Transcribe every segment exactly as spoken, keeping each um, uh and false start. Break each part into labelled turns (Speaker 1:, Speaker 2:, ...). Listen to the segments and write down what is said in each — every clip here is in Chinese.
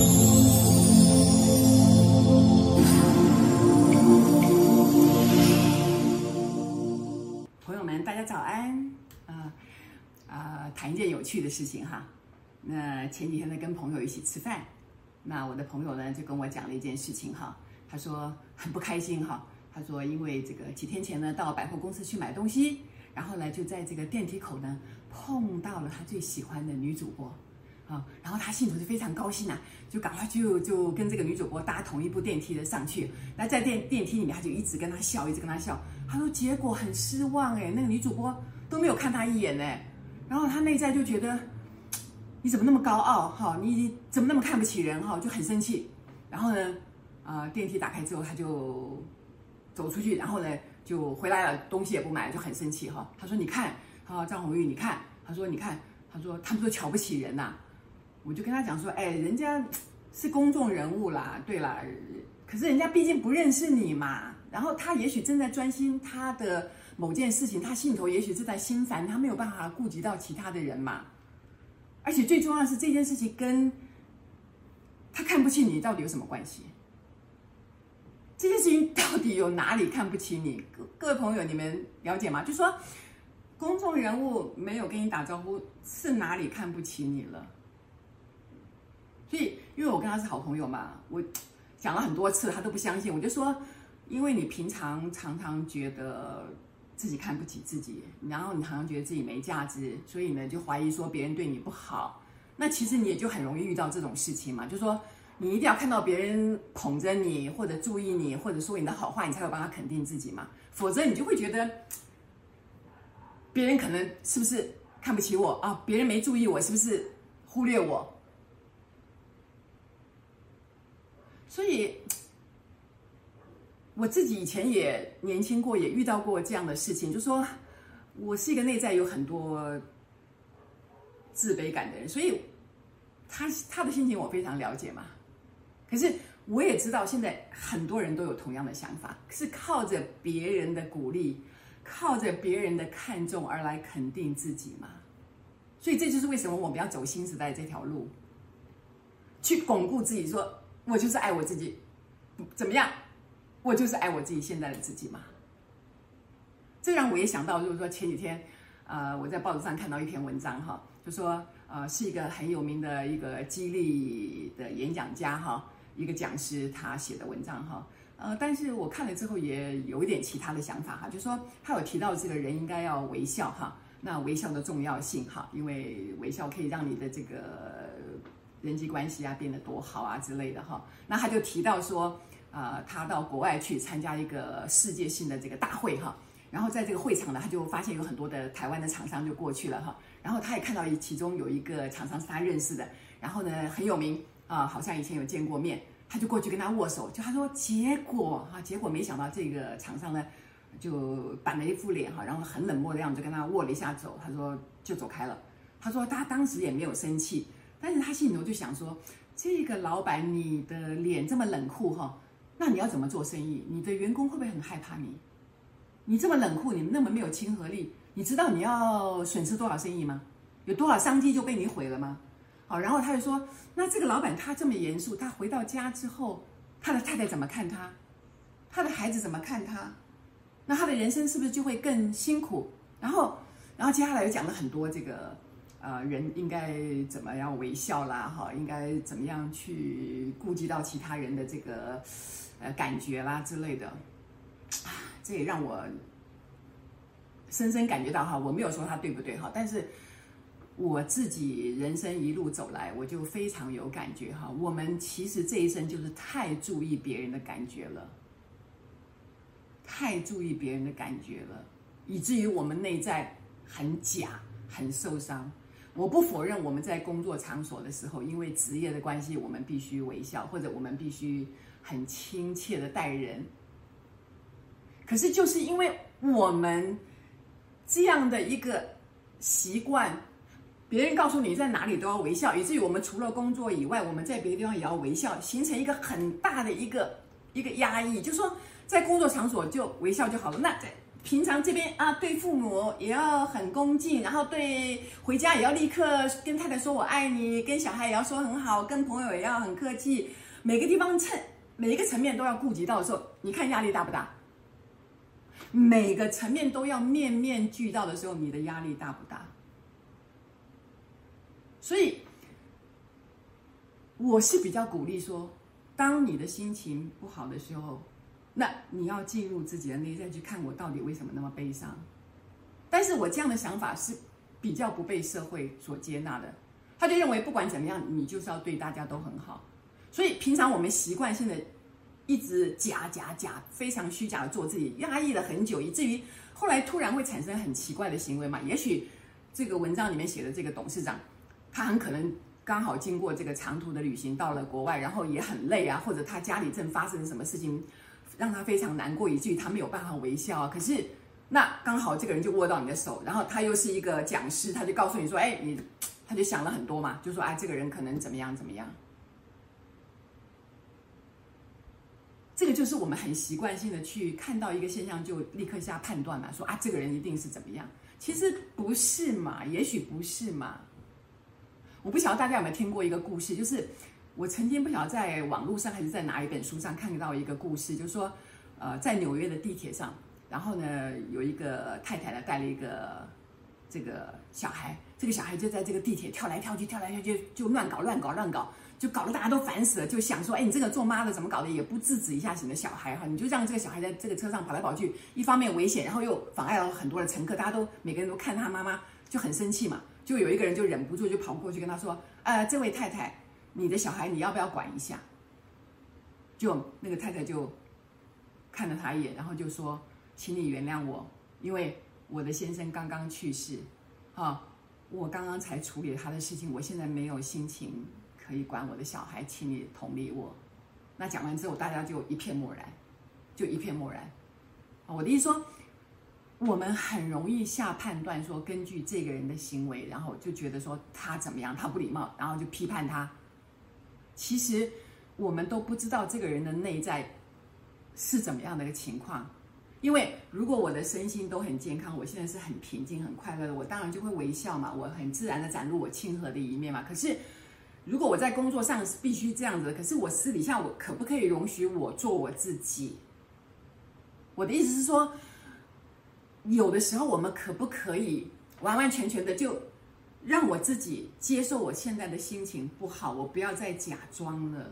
Speaker 1: 朋友们，大家早安。啊啊，谈一件有趣的事情哈。那前几天呢，跟朋友一起吃饭，那我的朋友呢就跟我讲了一件事情哈。他说很不开心哈。他说因为这个几天前呢到百货公司去买东西，然后呢就在这个电梯口呢碰到了他最喜欢的女主播。啊，然后他心头就非常高兴啊，就赶快就就跟这个女主播搭同一部电梯的上去。那在电电梯里面，他就一直跟她笑，一直跟她笑。他说结果很失望哎，那个女主播都没有看他一眼哎。然后他内在就觉得你怎么那么高傲哈，你怎么那么看不起人哈，就很生气。然后呢，啊、呃，电梯打开之后他就走出去，然后呢就回来了，东西也不买，就很生气哈。他说你看，啊张红玉你看，他说你看，他说他们都瞧不起人呐、啊。我就跟他讲说，哎，人家是公众人物啦，对啦，可是人家毕竟不认识你嘛。然后他也许正在专心他的某件事情，他心头也许是在心烦，他没有办法顾及到其他的人嘛。而且最重要的是，这件事情跟他看不起你到底有什么关系？这件事情到底有哪里看不起你？各各位朋友，你们了解吗？就说公众人物没有跟你打招呼，是哪里看不起你了？所以，因为我跟他是好朋友嘛，我讲了很多次，他都不相信。我就说，因为你平常常常觉得自己看不起自己，然后你常常觉得自己没价值，所以呢，就怀疑说别人对你不好。那其实你也就很容易遇到这种事情嘛，就说你一定要看到别人捧着你，或者注意你，或者说你的好话，你才有办法肯定自己嘛。否则你就会觉得别人可能是不是看不起我啊？别人没注意我，是不是忽略我？所以，我自己以前也年轻过，也遇到过这样的事情，就说我是一个内在有很多自卑感的人，所以他他的心情我非常了解嘛。可是我也知道，现在很多人都有同样的想法，是靠着别人的鼓励，靠着别人的看重而来肯定自己嘛。所以这就是为什么我们要走新时代这条路，去巩固自己说。我就是爱我自己，怎么样？我就是爱我自己现在的自己嘛。这让我也想到，就是说前几天，呃，我在报纸上看到一篇文章哈，就说呃是一个很有名的一个激励的演讲家哈，一个讲师他写的文章哈，呃，但是我看了之后也有一点其他的想法哈，就说他有提到这个人应该要微笑哈，那微笑的重要性哈，因为微笑可以让你的这个人际关系啊变得多好啊之类的哈。那他就提到说，呃，他到国外去参加一个世界性的这个大会哈，然后在这个会场呢，他就发现有很多的台湾的厂商就过去了哈，然后他也看到其中有一个厂商是他认识的，然后呢很有名啊、呃，好像以前有见过面，他就过去跟他握手，就他说结果啊，结果没想到这个厂商呢就板了一副脸哈，然后很冷漠的样子就跟他握了一下手，他说就走开了，他说他当时也没有生气。但是他心里头就想说，这个老板你的脸这么冷酷哈，那你要怎么做生意？你的员工会不会很害怕你？你这么冷酷，你那么没有亲和力，你知道你要损失多少生意吗？有多少商机就被你毁了吗？好，然后他就说，那这个老板他这么严肃，他回到家之后，他的太太怎么看他？他的孩子怎么看他？那他的人生是不是就会更辛苦？然后，然后接下来又讲了很多这个。呃，人应该怎么样微笑啦？哈，应该怎么样去顾及到其他人的这个呃感觉啦之类的，啊，这也让我深深感觉到哈，我没有说他对不对哈，但是我自己人生一路走来，我就非常有感觉哈。我们其实这一生就是太注意别人的感觉了，太注意别人的感觉了，以至于我们内在很假，很受伤。我不否认我们在工作场所的时候，因为职业的关系，我们必须微笑，或者我们必须很亲切的待人。可是就是因为我们这样的一个习惯，别人告诉你在哪里都要微笑，以至于我们除了工作以外，我们在别的地方也要微笑，形成一个很大的一个一个压抑，就是说在工作场所就微笑就好了。那平常这边啊，对父母也要很恭敬，然后对回家也要立刻跟太太说我爱你，跟小孩也要说很好，跟朋友也要很客气，每个地方层每一个层面都要顾及到的时候，你看压力大不大？每个层面都要面面俱到的时候，你的压力大不大？所以我是比较鼓励说，当你的心情不好的时候，那你要进入自己的内在去看我到底为什么那么悲伤。但是我这样的想法是比较不被社会所接纳的，他就认为不管怎么样，你就是要对大家都很好。所以平常我们习惯性的一直假假假，非常虚假的做自己，压抑了很久，以至于后来突然会产生很奇怪的行为嘛。也许这个文章里面写的这个董事长，他很可能刚好经过这个长途的旅行到了国外，然后也很累啊，或者他家里正发生什么事情让他非常难过，以至于他没有办法微笑啊。可是那刚好这个人就握到你的手，然后他又是一个讲师，他就告诉你说，哎，你他就想了很多嘛，就说哎，这个人可能怎么样怎么样。这个就是我们很习惯性的去看到一个现象就立刻下判断嘛，说啊这个人一定是怎么样，其实不是嘛，也许不是嘛。我不晓得大家有没有听过一个故事，就是我曾经不晓得在网络上还是在哪一本书上看到一个故事，就是说呃在纽约的地铁上，然后呢有一个太太呢带了一个这个小孩，这个小孩就在这个地铁跳来跳去跳来跳去，就乱搞乱搞乱搞，就搞得大家都烦死了，就想说，哎，你这个做妈的怎么搞的也不制止一下你的小孩哈，你就让这个小孩在这个车上跑来跑去，一方面危险，然后又妨碍了很多的乘客，大家都每个人都看他妈妈就很生气嘛，就有一个人就忍不住就跑过去跟他说，呃，这位太太，你的小孩你要不要管一下？就那个太太就看了他一眼，然后就说，请你原谅我，因为我的先生刚刚去世，啊，我刚刚才处理他的事情，我现在没有心情可以管我的小孩，请你同理我。那讲完之后，大家就一片漠然，就一片漠然。我的意思说，我们很容易下判断，说根据这个人的行为，然后就觉得说他怎么样，他不礼貌，然后就批判他。其实我们都不知道这个人的内在是怎么样的一个情况。因为如果我的身心都很健康，我现在是很平静很快乐的，我当然就会微笑嘛，我很自然的展露我亲和的一面嘛。可是如果我在工作上是必须这样子的，可是我私底下我可不可以容许我做我自己？我的意思是说，有的时候我们可不可以完完全全的就让我自己接受我现在的心情不好，我不要再假装了。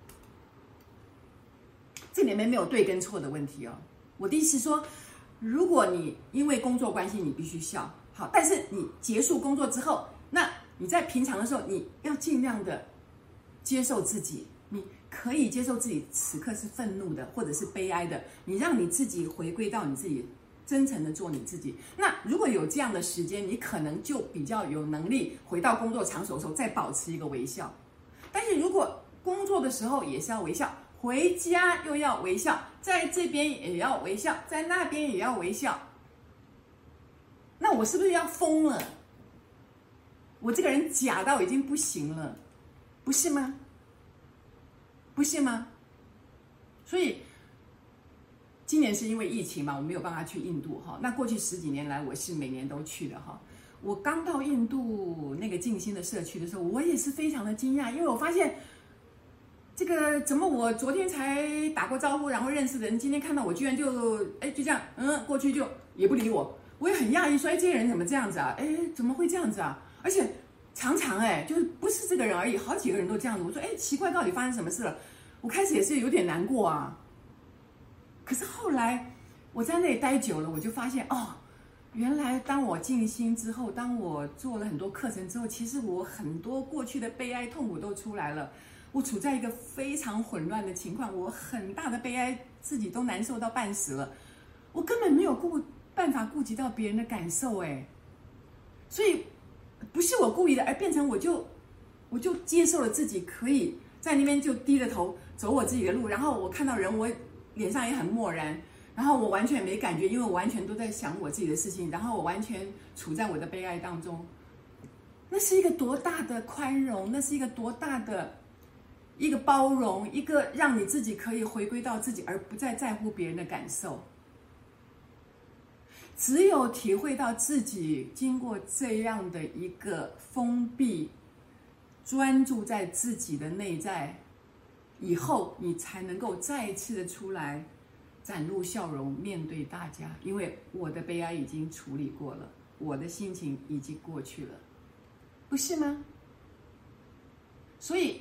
Speaker 1: 这里面没有对跟错的问题哦。我的意思是说，如果你因为工作关系你必须笑，好，但是你结束工作之后，那你在平常的时候，你要尽量的接受自己，你可以接受自己此刻是愤怒的或者是悲哀的，你让你自己回归到你自己，真诚的做你自己。那如果有这样的时间，你可能就比较有能力回到工作场所的时候再保持一个微笑。但是如果工作的时候也是要微笑，回家又要微笑，在这边也要微笑，在那边也要微笑，那我是不是要疯了？我这个人假到已经不行了，不是吗？不是吗？所以今年是因为疫情嘛，我没有办法去印度哈。那过去十几年来，我是每年都去的哈。我刚到印度那个静心的社区的时候，我也是非常的惊讶，因为我发现这个怎么我昨天才打过招呼，然后认识的人，今天看到我居然就哎就这样，嗯，过去就也不理我，我也很讶异，说哎这些人怎么这样子啊？哎怎么会这样子啊？而且常常哎就是不是这个人而已，好几个人都这样子。我说哎奇怪，到底发生什么事了？我开始也是有点难过啊。可是后来我在那里待久了，我就发现哦，原来当我静心之后，当我做了很多课程之后，其实我很多过去的悲哀痛苦都出来了。我处在一个非常混乱的情况，我很大的悲哀，自己都难受到半死了，我根本没有顾办法顾及到别人的感受，哎，所以不是我故意的，而变成我就我就接受了自己可以在那边就低着头走我自己的路，然后我看到人，我脸上也很漠然，然后我完全没感觉，因为我完全都在想我自己的事情，然后我完全处在我的悲哀当中。那是一个多大的宽容，那是一个多大的一个包容，一个让你自己可以回归到自己，而不再在乎别人的感受。 只有体会到自己经过这样的一个封闭，专注在自己的内在以后，你才能够再一次的出来，展露笑容，面对大家。因为我的悲哀已经处理过了，我的心情已经过去了，不是吗？所以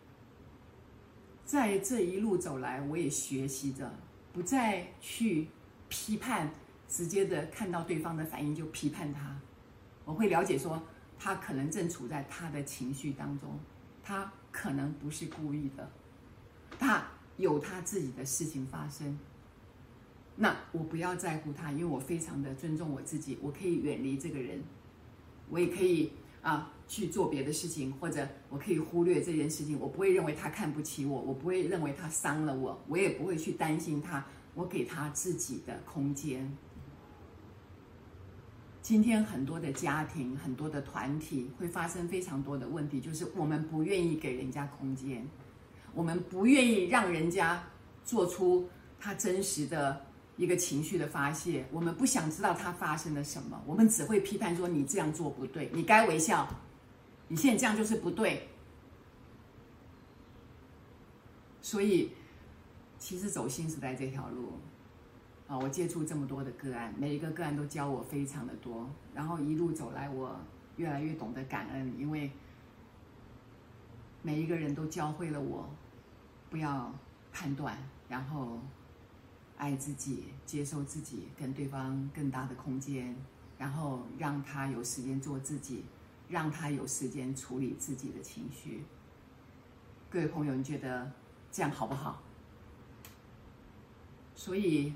Speaker 1: 在这一路走来，我也学习着不再去批判，直接的看到对方的反应就批判他。我会了解说，他可能正处在他的情绪当中，他可能不是故意的，他有他自己的事情发生。那我不要在乎他，因为我非常的尊重我自己，我可以远离这个人，我也可以啊去做别的事情，或者我可以忽略这件事情。我不会认为他看不起我，我不会认为他伤了我，我也不会去担心他，我给他自己的空间。今天很多的家庭，很多的团体会发生非常多的问题，就是我们不愿意给人家空间，我们不愿意让人家做出他真实的一个情绪的发泄，我们不想知道他发生了什么，我们只会批判说你这样做不对，你该微笑，你现在这样就是不对。所以其实走新时代这条路啊，我接触这么多的个案，每一个个案都教我非常的多，然后一路走来，我越来越懂得感恩，因为每一个人都教会了我不要判断，然后爱自己，接受自己，跟对方更大的空间，然后让他有时间做自己，让他有时间处理自己的情绪。各位朋友，你觉得这样好不好？所以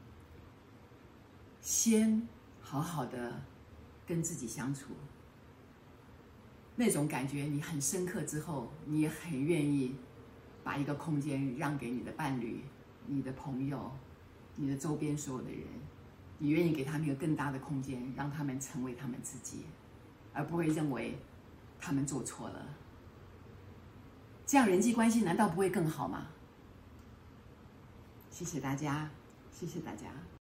Speaker 1: 先好好的跟自己相处，那种感觉你很深刻之后，你也很愿意把一个空间让给你的伴侣、你的朋友、你的周边所有的人，你愿意给他们一个更大的空间，让他们成为他们自己，而不会认为他们做错了。这样人际关系难道不会更好吗？谢谢大家，谢谢大家。